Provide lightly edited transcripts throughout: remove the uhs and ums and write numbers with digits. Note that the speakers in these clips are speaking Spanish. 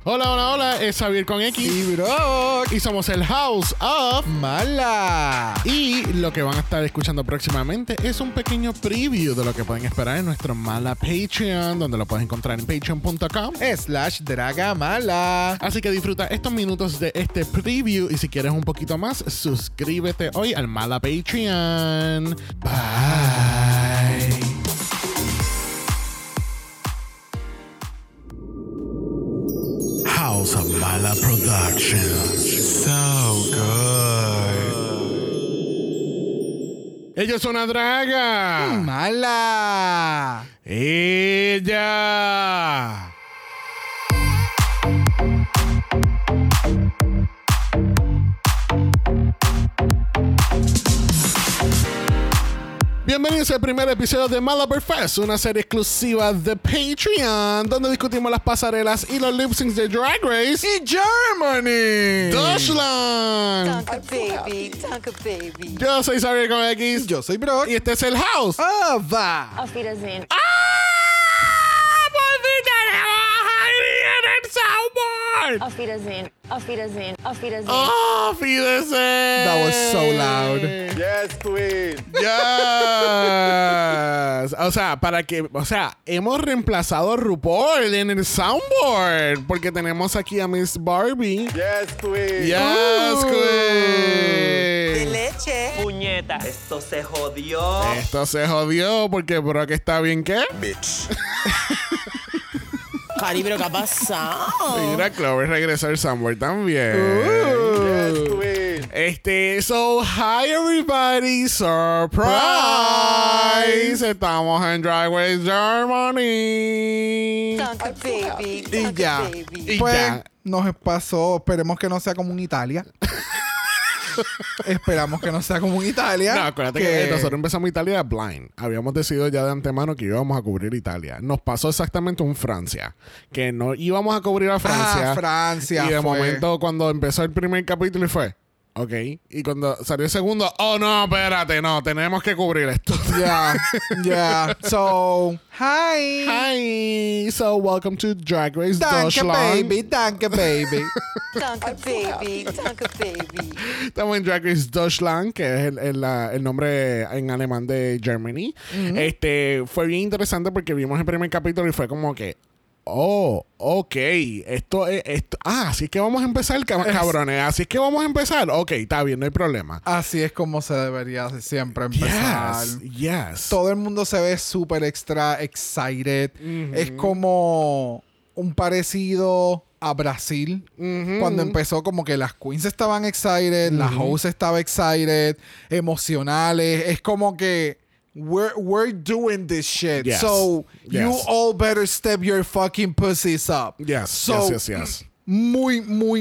Hola, hola, hola, es Xavier con X y Brock. Y somos el House of Mala. Y lo que van a estar escuchando próximamente es un pequeño preview de lo que pueden esperar en nuestro Mala Patreon, donde lo puedes encontrar en patreon.com/dragamala. Así que disfruta estos minutos de este preview y si quieres un poquito más, suscríbete hoy al Mala Patreon. Bye. House of Mala Productions. So good. Ella es una draga. Mala. Ella. Bienvenidos al primer episodio de Malabarfest, una serie exclusiva de Patreon, donde discutimos las pasarelas y los lip syncs de Drag Race y Germany. Deutschland. Danke, Baby. Yo soy Xavier con X. Yo soy Brock. Y este es el House. Va. Auf Wiedersehen. ¡Ah! ¡Por fin tenemos a Heidi en el soundboard! Auf Wiedersehen. Auf Wiedersehen. Auf Wiedersehen. ¡Oh, fíjese! That was so loud. Yes, queen. Yes. Hemos reemplazado a RuPaul en el soundboard porque tenemos aquí a Miss Barbie. Yes, queen. Yes, queen. Leche. Puñeta, esto se jodió. Esto se jodió porque Brock está bien, ¿qué? Bitch. Cari, pero ¿qué ha pasado? Mira, Clover regresó al soundboard también. Yes, queen. So hi everybody, surprise. Estamos en Drag Race Germany. Danke, Baby. Y Danke, ya. Baby. Y Pues ya. nos pasó. Esperemos que no sea como en Italia. Esperamos que no sea como en Italia. No, acuérdate que nosotros empezamos Italia blind. Habíamos decidido ya de antemano que íbamos a cubrir Italia. Nos pasó exactamente un Francia. Que no íbamos a cubrir a Francia. Francia. Y de fue. momento, cuando empezó el primer capítulo, y fue, ok. Y cuando salió el segundo, oh no, espérate, no, tenemos que cubrir esto. Yeah. So, hi. Hi. So, welcome to Drag Race Danke, Deutschland. baby. Danke, baby. Danke, Baby. Danke, Baby. Estamos en Drag Race Deutschland, que es el nombre en alemán de Germany. Fue bien interesante porque vimos el primer capítulo y fue como que, oh, ok, esto es esto. Ah, así es que vamos a empezar, cabrones. Así es que vamos a empezar. Ok, está bien, no hay problema. Así es como se debería siempre empezar. Yes. Todo el mundo se ve súper extra excited. Es como un parecido a Brasil. Cuando empezó, como que las queens estaban excited, la host estaba excited, emocionales. Es como que we're doing this shit. Yes. So Yes. you all better step your fucking pussies up. Yes, So, yes. Muy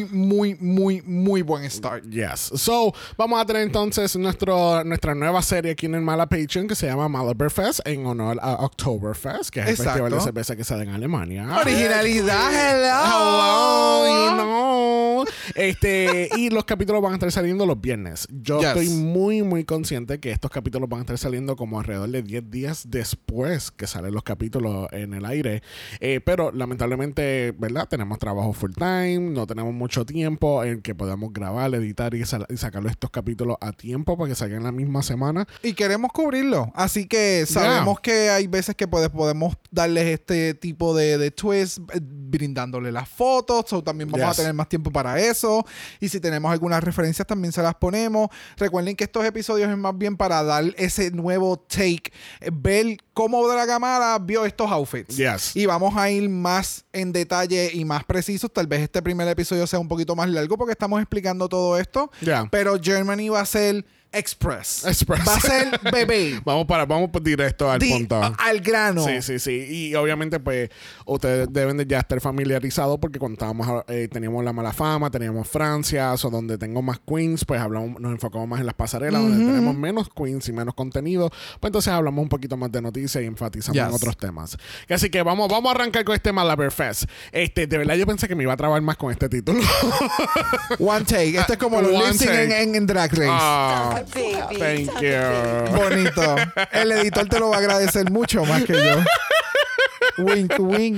buen start. Yes. So, vamos a tener entonces nuestra nueva serie aquí en el Mala Patreon que se llama Malabarfest en honor a Oktoberfest, que es el Exacto. festival de cerveza que sale en Alemania. Originalidad, Hello, hello. you know. Y los capítulos van a estar saliendo los viernes. Yo Yes. estoy muy consciente que estos capítulos van a estar saliendo como alrededor de 10 días después que salen los capítulos en el aire. Pero lamentablemente, ¿verdad? Tenemos trabajo full time, no tenemos mucho tiempo en que podamos grabar, editar y sacarlo estos capítulos a tiempo para que salgan la misma semana. Y queremos cubrirlo. Así que sabemos que hay veces que podemos darles este tipo de twist, brindándole las fotos. O también vamos a tener más tiempo para eso. Y si tenemos algunas referencias, también se las ponemos. Recuerden que estos episodios es más bien para dar ese nuevo take, ver cómo Dragamala vio estos outfits. Yes. Y vamos a ir más en detalle y más precisos. Tal vez este primer episodio sea un poquito más largo porque estamos explicando todo esto. Yeah. Pero Germany va a ser Express. Express. Va a ser bebé. Vamos directo al punto. Al grano. Sí. Y obviamente, pues, ustedes deben de ya estar familiarizados porque cuando teníamos la mala fama, teníamos Francia, o donde tengo más queens, pues nos enfocamos más en las pasarelas, donde tenemos menos queens y menos contenido. Pues entonces hablamos un poquito más de noticias y enfatizamos en otros temas. Así que vamos a arrancar con este Malabarfest. De verdad yo pensé que me iba a trabar más con este título. One take. Este es como los One lip sync take. en Drag Race. Ah, Baby. thank Danke, you. Baby. Bonito. El editor te lo va a agradecer mucho más que yo. Wink, wink.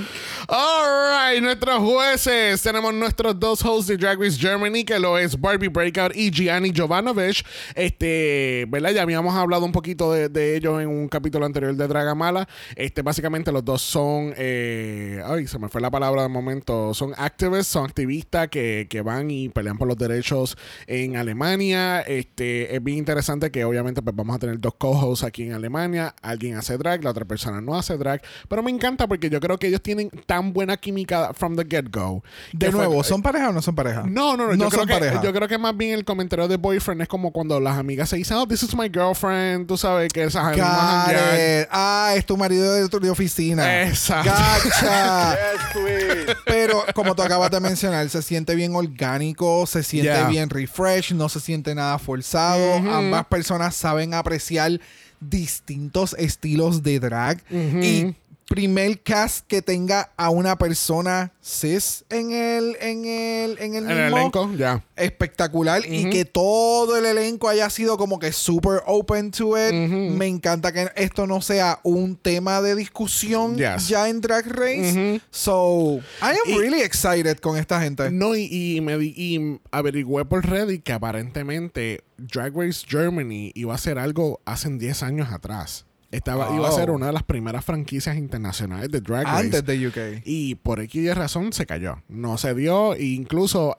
Alright, nuestros jueces. Tenemos nuestros dos hosts de Drag Race Germany, que lo es Barbie Breakout y Gianni Jovanovic. ¿Verdad? Ya habíamos hablado un poquito de ellos en un capítulo anterior de Dragamala. Básicamente los dos son se me fue la palabra de momento. Son activists, son activistas que van y pelean por los derechos en Alemania. Es bien interesante que obviamente pues vamos a tener dos co-hosts aquí en Alemania. Alguien hace drag, la otra persona no hace drag. Pero me encanta porque yo creo que ellos tienen tan buena química from the get-go. De nuevo, ¿son pareja o no son pareja? No. Yo creo que más bien el comentario de boyfriend es como cuando las amigas se dicen, oh, this is my girlfriend. Tú sabes que esas amigas es tu marido de oficina. Exacto. Gacha. Yes, queen. Pero como tú acabas de mencionar, se siente bien orgánico, se siente bien refresh, no se siente nada forzado. Ambas personas saben apreciar distintos estilos de drag. Y primer cast que tenga a una persona cis en el mismo elenco, espectacular, y que todo el elenco haya sido como que super open to it. Me encanta que esto no sea un tema de discusión ya en Drag Race. So I am really excited con esta gente. No, y averigüé por Reddit que aparentemente Drag Race Germany iba a ser algo hace 10 años atrás. Iba a ser una de las primeras franquicias internacionales de Drag Race. Antes de UK. Y por X razón se cayó. No se dio. E incluso,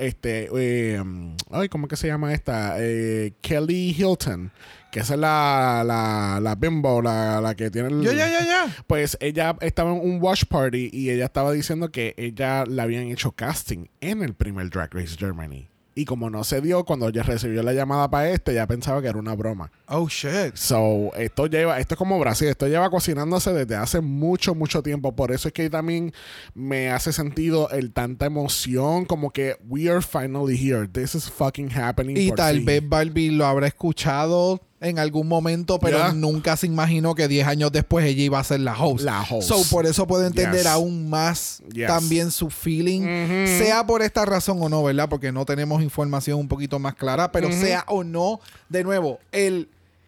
¿cómo que se llama esta? Kelly Hilton. Que esa es la bimbo, la que tiene el... Pues ella estaba en un watch party y ella estaba diciendo que ella le habían hecho casting en el primer Drag Race Germany. Y como no se dio, cuando ella recibió la llamada para ella pensaba que era una broma. Oh, shit. So, esto es como Brasil. Esto lleva cocinándose desde hace mucho, mucho tiempo. Por eso es que también me hace sentido el tanta emoción. Como que we are finally here. This is fucking happening. Y tal vez Barbie lo habrá escuchado en algún momento, pero nunca se imaginó que 10 años después ella iba a ser la host. So, por eso puedo entender aún más también su feeling. Sea por esta razón o no, ¿verdad? Porque no tenemos información un poquito más clara, pero sea o no, de nuevo, el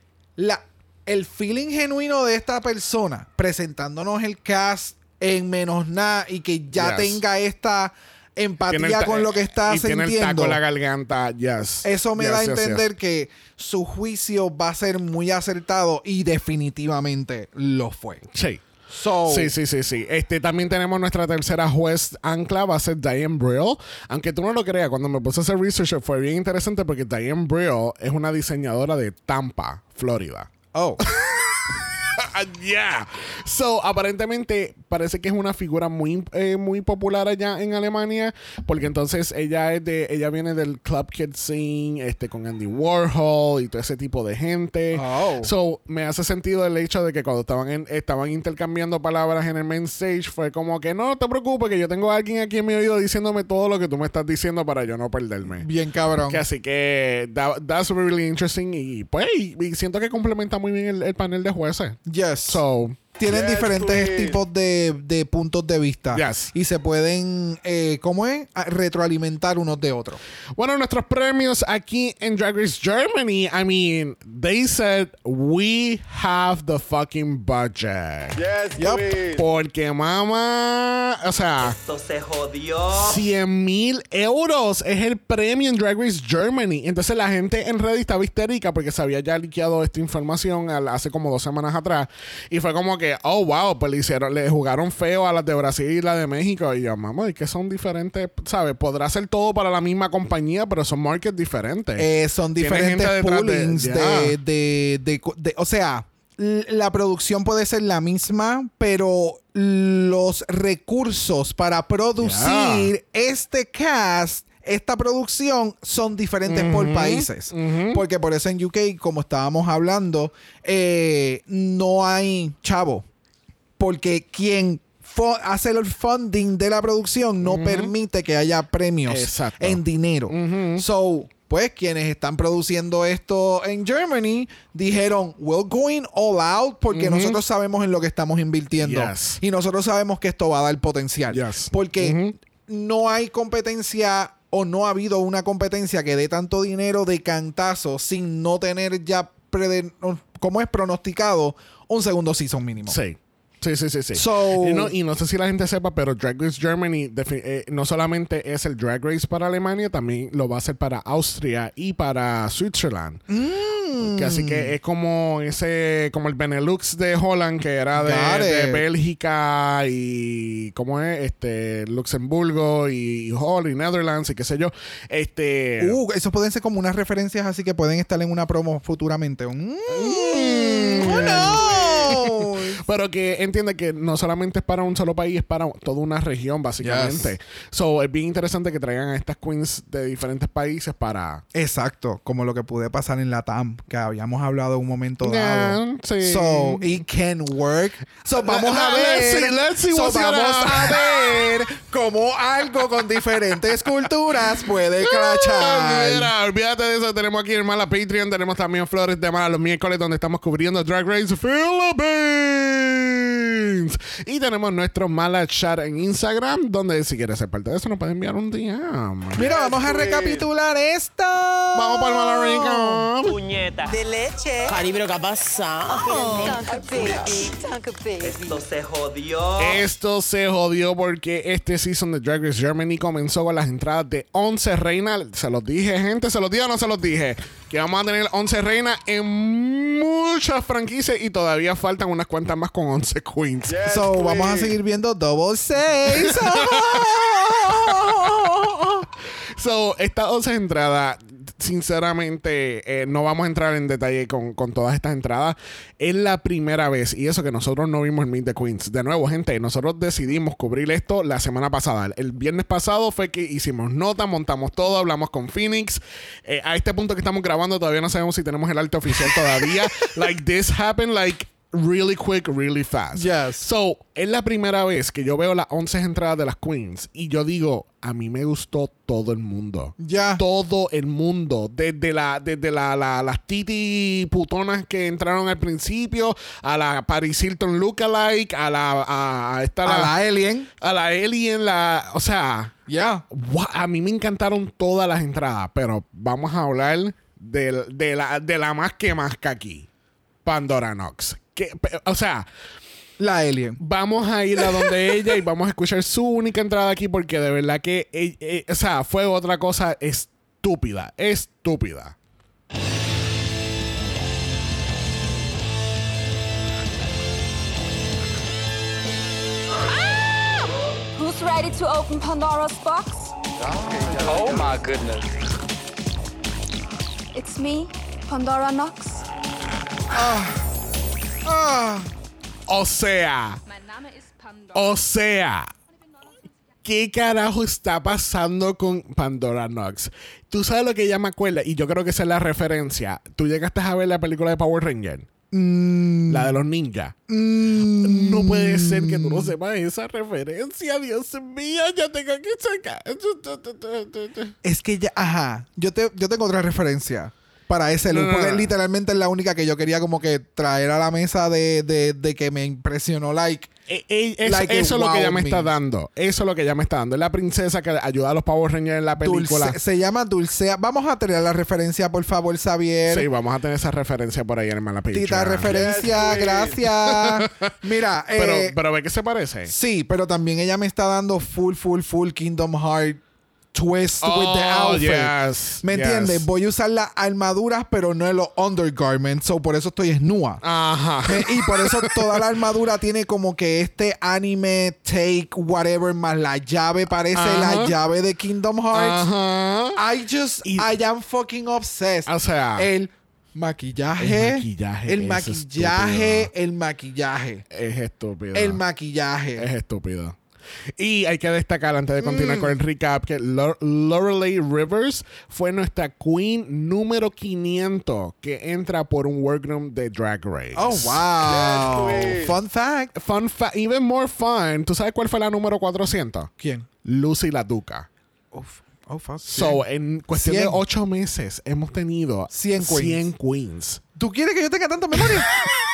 feeling genuino de esta persona presentándonos el cast en menos nada y que ya tenga esta empatía con lo que está sintiendo. Tiene el taco en la garganta, Eso me da a entender que su juicio va a ser muy acertado y definitivamente lo fue. Sí. Sí. También tenemos nuestra tercera juez ancla, va a ser Diane Brill. Aunque tú no lo creas, cuando me puse a hacer research fue bien interesante porque Diane Brill es una diseñadora de Tampa, Florida. Oh. So, aparentemente parece que es una figura muy popular allá en Alemania, porque entonces ella viene del Club Kid Scene, con Andy Warhol y todo ese tipo de gente. So, me hace sentido el hecho de que cuando estaban intercambiando palabras en el main stage, fue como que no te preocupes, que yo tengo a alguien aquí en mi oído diciéndome todo lo que tú me estás diciendo para yo no perderme. Bien cabrón. Así que that's really interesting y pues y siento que complementa muy bien el panel de jueces. So, tienen diferentes tipos de puntos de vista. Y se pueden, retroalimentar unos de otros. Bueno, nuestros premios aquí en Drag Race Germany, I mean, they said we have the fucking budget. Yes, queen. Porque, mamá, o sea... Esto se jodió. 100,000 euros es el premio en Drag Race Germany. Entonces la gente en Reddit estaba histérica porque se había ya liqueado esta información hace como 2 semanas atrás. Y fue como que, oh, wow, pues le jugaron feo a las de Brasil y las de México. Y yo, mamá, es que son diferentes, ¿sabes? Podrá ser todo para la misma compañía, pero son markets diferentes. Son diferentes poolings o sea, la producción puede ser la misma, pero los recursos para producir este cast, esta producción, son diferentes por países. Porque por eso en UK, como estábamos hablando, no hay chavo. Porque quien hace el funding de la producción no permite que haya premios en dinero. So, pues quienes están produciendo esto en Germany dijeron, we're going all out porque nosotros sabemos en lo que estamos invirtiendo. Y nosotros sabemos que esto va a dar potencial. Porque no hay competencia o no ha habido una competencia que dé tanto dinero de cantazo sin no tener ya como es pronosticado un segundo season mínimo. Sí. Sí. So- Y no sé si la gente sepa, pero Drag Race Germany no solamente es el Drag Race para Alemania, también lo va a hacer para Austria y para Switzerland. Así que es como el Benelux de Holland, que era de Bélgica y ¿cómo es? Luxemburgo y Holland y Netherlands y qué sé yo. Esos pueden ser como unas referencias así que pueden estar en una promo futuramente. Who knows? Pero que entiende que no solamente es para un solo país, es para toda una región, básicamente. So, es bien interesante que traigan a estas queens de diferentes países para... Exacto, como lo que pude pasar en la TAM, que habíamos hablado en un momento dado. Sí. So, it can work. So, vamos a ver. Let's see what's vamos gonna a ver cómo algo con diferentes culturas puede crachar. Mira, olvídate de eso. Tenemos aquí en Mala Patreon. Tenemos también Flores de Mala los miércoles, donde estamos cubriendo Drag Race Philippines. Y tenemos nuestro Mala Chat en Instagram, donde si quieres ser parte de eso, nos puedes enviar un DM. Mira, vamos a recapitular esto. Vamos para el Mala Rica. Puñeta. De leche. Cari, pero ¿qué ha pasado? Tonka baby. Tonka baby. Esto se jodió. Esto se jodió porque este season de Drag Race Germany comenzó con las entradas de 11 reinas. Se los dije, gente, ¿se los dije o no se los dije? Que vamos a tener 11 reinas en muchas franquicias y todavía faltan unas cuantas más con 11 queens. Yes, So, queen. vamos a seguir viendo Double 6. So, estas 11 entradas, sinceramente, no vamos a entrar en detalle con todas estas entradas. Es la primera vez, y eso que nosotros no vimos el Meet the Queens. De nuevo, gente, nosotros decidimos cubrir esto la semana pasada. El viernes pasado fue que hicimos nota, montamos todo, hablamos con Phoenix. A este punto que estamos grabando, todavía no sabemos si tenemos el arte oficial todavía. Like, this happened, like... really quick, really fast. Yes. So, es la primera vez que yo veo las 11 entradas de las queens y yo digo, a mí me gustó todo el mundo. Ya. Todo el mundo. Desde las titi putonas que entraron al principio, a la Paris Hilton lookalike, a la Alien. a la Alien, o sea, Ya. a mí me encantaron todas las entradas, pero vamos a hablar de la más que aquí. Pandora Knox. O sea, La Alien. vamos a ir a donde ella y vamos a escuchar su única entrada aquí porque de verdad que, o sea, fue otra cosa estúpida. Who's ready to open Pandora's box? Oh my goodness. It's me, Pandora Knox. O sea, Mein Name ist Pandora. O sea, ¿qué carajo está pasando con Pandora Knox? Tú sabes lo que ella me acuerda, y yo creo que esa es la referencia. ¿Tú llegaste a ver la película de Power Ranger? La de los ninjas. No puede ser que tú no sepas esa referencia. Dios mío, yo tengo que sacar. Es que ya, ajá. Yo tengo otra referencia para ese look, porque literalmente es la única que yo quería como que traer a la mesa de que me impresionó, like eso es lo que ella me me. está dando. Eso es lo que ella me está dando. Es la princesa que ayuda a los Power Rangers en la película. Se llama Dulcea. Vamos a tener la referencia, por favor, Xavier. Sí, vamos a tener esa referencia por ahí en el Mala Patreon. Tita referencia, Yes, gracias. Mira, Pero ¿ve qué se parece? sí, pero también ella me está dando full Kingdom Hearts twist with the outfit. Yes, ¿Me entiendes? Voy a usar las armaduras, pero no en los undergarments. So, por eso estoy snúa. Ajá. Y por eso toda la armadura tiene como que este anime take whatever más la llave parece la llave de Kingdom Hearts. Ajá. I am fucking obsessed. O sea, El maquillaje. El maquillaje El maquillaje. es estúpido. El maquillaje. Es estúpido. Y hay que destacar, antes de continuar con el recap, que Lorelei Rivers fue nuestra queen número 500 que entra por un workroom de Drag Race. Oh, wow. Yes, queen. Fun fact. Fun fact, even more fun. ¿Tú sabes cuál fue la número 400? ¿Quién? Lucy la Duca. Oh, fuck. So, en cuestión 100. de 8 meses hemos tenido 100 queens. 100 queens. ¿Tú quieres que yo tenga tanta memoria?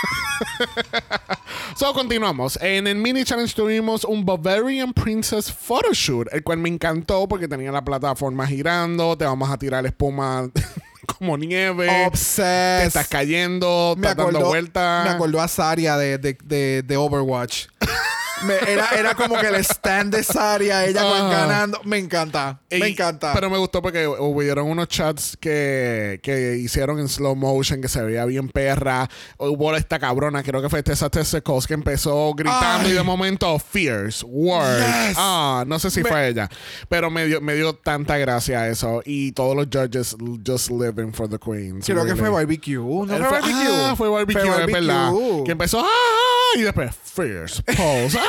So, continuamos. En el mini challenge tuvimos un Bavarian Princess photoshoot, el cual me encantó porque tenía la plataforma girando, te vamos a tirar espuma como nieve. Te Obsessed. estás cayendo, estás dando vueltas. Me acordó a Zarya de Overwatch. Era como que el stand de Zarya, ella ganando. Me encanta. Me encanta. Pero me gustó porque hubieron unos chats que hicieron en slow motion, que se veía bien perra. Hubo esta cabrona, creo que fue Tessa Tessicos, que empezó gritando y de momento Fierce Word. Yes. No sé si fue ella. Pero me dio tanta gracia eso. Y todos los judges just living for the queens. Creo que fue Barbecue. No fue Barbecue. Fue Barbecue, es verdad. Que empezó y después Fierce Pose.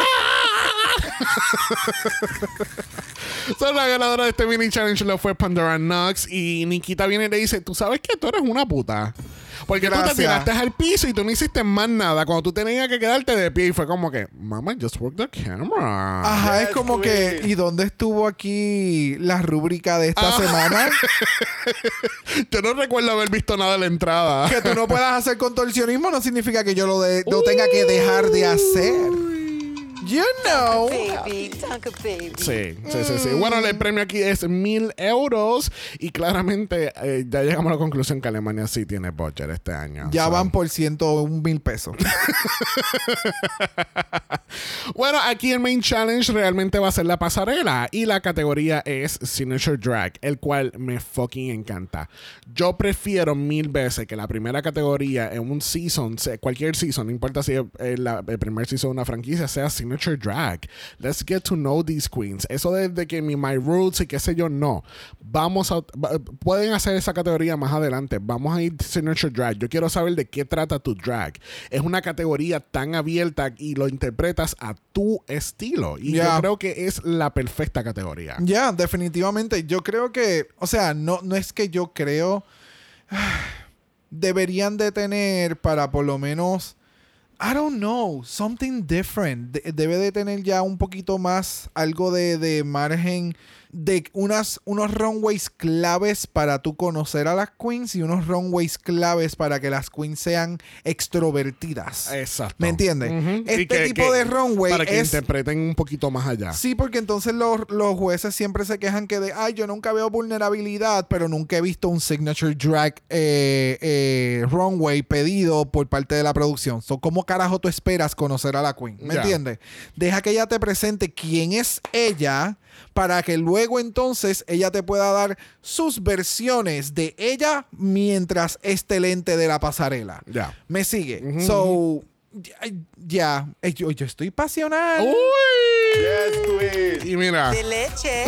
So, la ganadora de este mini challenge lo fue Pandora Knox. Y Nikita viene y le dice: tú sabes que tú eres una puta, porque tú te tiraste al piso y tú no hiciste más nada cuando tú tenías que quedarte de pie. Y fue como que, mama, just work the camera. Ajá, es como que, ¿y dónde estuvo aquí la rúbrica de esta semana? Yo no recuerdo haber visto nada de la entrada. Que tú no puedas hacer contorsionismo no significa que yo lo tenga que dejar de hacer. You know. Baby, Tonka baby. Sí. Bueno, el premio aquí es 1,000 euros. Y claramente ya llegamos a la conclusión que Alemania sí tiene budget este año. Ya van por 101,000 pesos. Bueno, aquí el main challenge realmente va a ser la pasarela. Y la categoría es Signature Drag, el cual me fucking encanta. Yo prefiero 1000 veces que la primera categoría en un season, cualquier season, no importa si es el primer season de una franquicia, sea Signature Drag. Let's get to know these queens. Eso de que My Roots y qué sé yo, no. Pueden hacer esa categoría más adelante. Vamos a ir Signature Drag. Yo quiero saber de qué trata tu drag. Es una categoría tan abierta y lo interpretas a tu estilo. Y yo creo que es la perfecta categoría. Ya, definitivamente. Yo creo que, o sea, no es que yo creo. Deberían de tener para por lo menos, I don't know, something different. Debe de tener ya un poquito más algo de margen, de unos runways claves para tú conocer a las queens y unos runways claves para que las queens sean extrovertidas. Exacto. ¿Me entiendes? Este tipo de runway para que interpreten un poquito más allá. Sí, porque entonces los jueces siempre se quejan que yo nunca veo vulnerabilidad, pero nunca he visto un signature drag runway pedido por parte de la producción. So, ¿cómo carajo tú esperas conocer a la queen? ¿Me entiendes? Deja que ella te presente quién es ella, para que luego entonces ella te pueda dar sus versiones de ella mientras esté lente de la pasarela. Ya. ¿Me sigue? So, yo estoy pasional. Yes, queen. Y mira. De leche.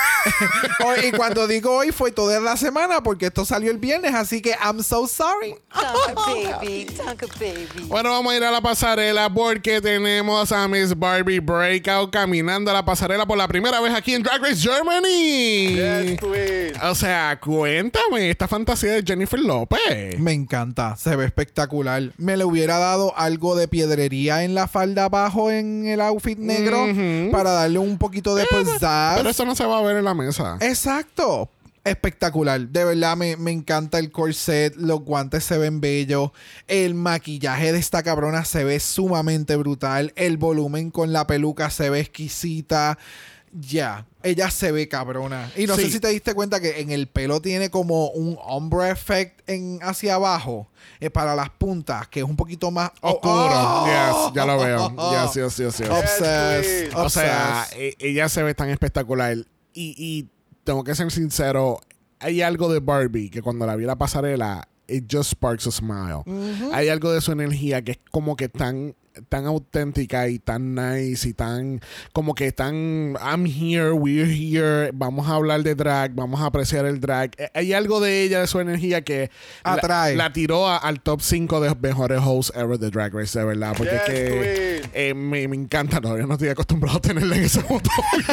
Y cuando digo hoy fue toda la semana porque esto salió el viernes, así que I'm so sorry. Tonka baby, Tonka baby. Bueno, vamos a ir a la pasarela porque tenemos a Miss Barbie Breakout caminando a la pasarela por la primera vez aquí en Drag Race Germany. Yes, queen. O sea, cuéntame esta fantasía de Jennifer López. Me encanta, se ve espectacular. Me le hubiera dado algo de piedrería en la falda abajo en el outfit negro para darle un poquito de pizzazz. Pero eso no se va a ver en la mesa. Exacto. Espectacular. De verdad me encanta el corset. Los guantes se ven bellos. El maquillaje de esta cabrona se ve sumamente brutal. El volumen con la peluca se ve exquisita. Ya. Ella se ve cabrona. Y no sé si te diste cuenta que en el pelo tiene como un ombre effect hacia abajo. Para las puntas, que es un poquito más oscuro. Yes, ya lo veo. Yes. Obsessed. O sea, ella se ve tan espectacular. Y tengo que ser sincero, hay algo de Barbie que cuando la vi en la pasarela, it just sparks a smile. Hay algo de su energía que es como que tan auténtica y tan nice y tan como que tan I'm here, we're here, vamos a hablar de drag, vamos a apreciar el drag. Hay algo de ella, de su energía que atrae. La tiró al top 5 de mejores hosts ever de Drag Race, de verdad, porque me encanta. Todavía no estoy acostumbrado a tenerla en ese botón.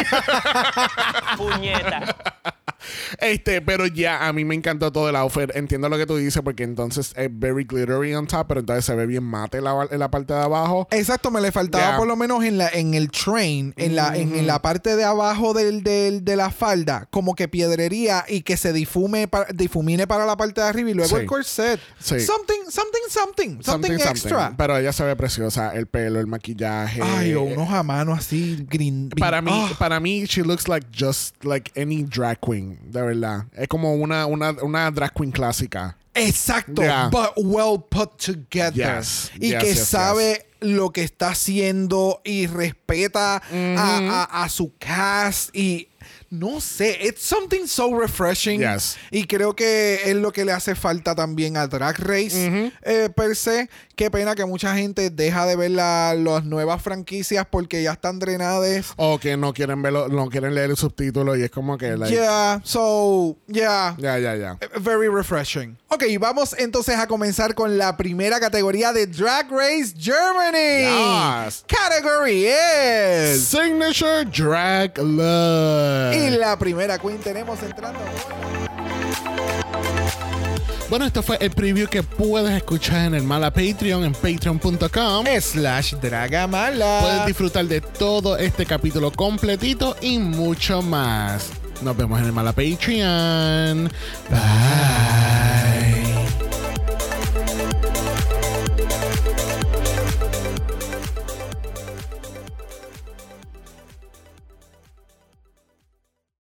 Puñeta. Pero ya, a mí me encantó todo el outfit. Entiendo lo que tú dices, porque entonces es very glittery on top, pero entonces se ve bien mate en la parte de abajo. Exacto, me le faltaba por lo menos en el train, en la parte de abajo de la falda, como que piedrería y que se difumine para la parte de arriba y luego el corset. Sí. Something extra. Pero ella se ve preciosa, el pelo, el maquillaje. Ay, unos a mano así, green. Para mí, she looks like just like any drag queen. De de verdad. Es como una drag queen clásica. Exacto, Yeah. but well put together. Yes, Y yes, que yes, sabe lo que está haciendo y respeta a su cast y no sé, it's something so refreshing. Yes. Y creo que es lo que le hace falta también a Drag Race per se. Qué pena que mucha gente deja de ver las nuevas franquicias porque ya están drenadas. O que no quieren verlo, no quieren leer el subtítulo y es como que Yeah, Ya. very refreshing. Ok, vamos entonces a comenzar con la primera categoría de Drag Race Germany. Yes. Category es... Signature Drag Look. Y la primera queen tenemos entrando. Bueno, esto fue el preview que puedes escuchar en el Mala Patreon, en patreon.com/Dragamala. Puedes disfrutar de todo este capítulo completito y mucho más. Nos vemos en el Mala Patreon. Bye.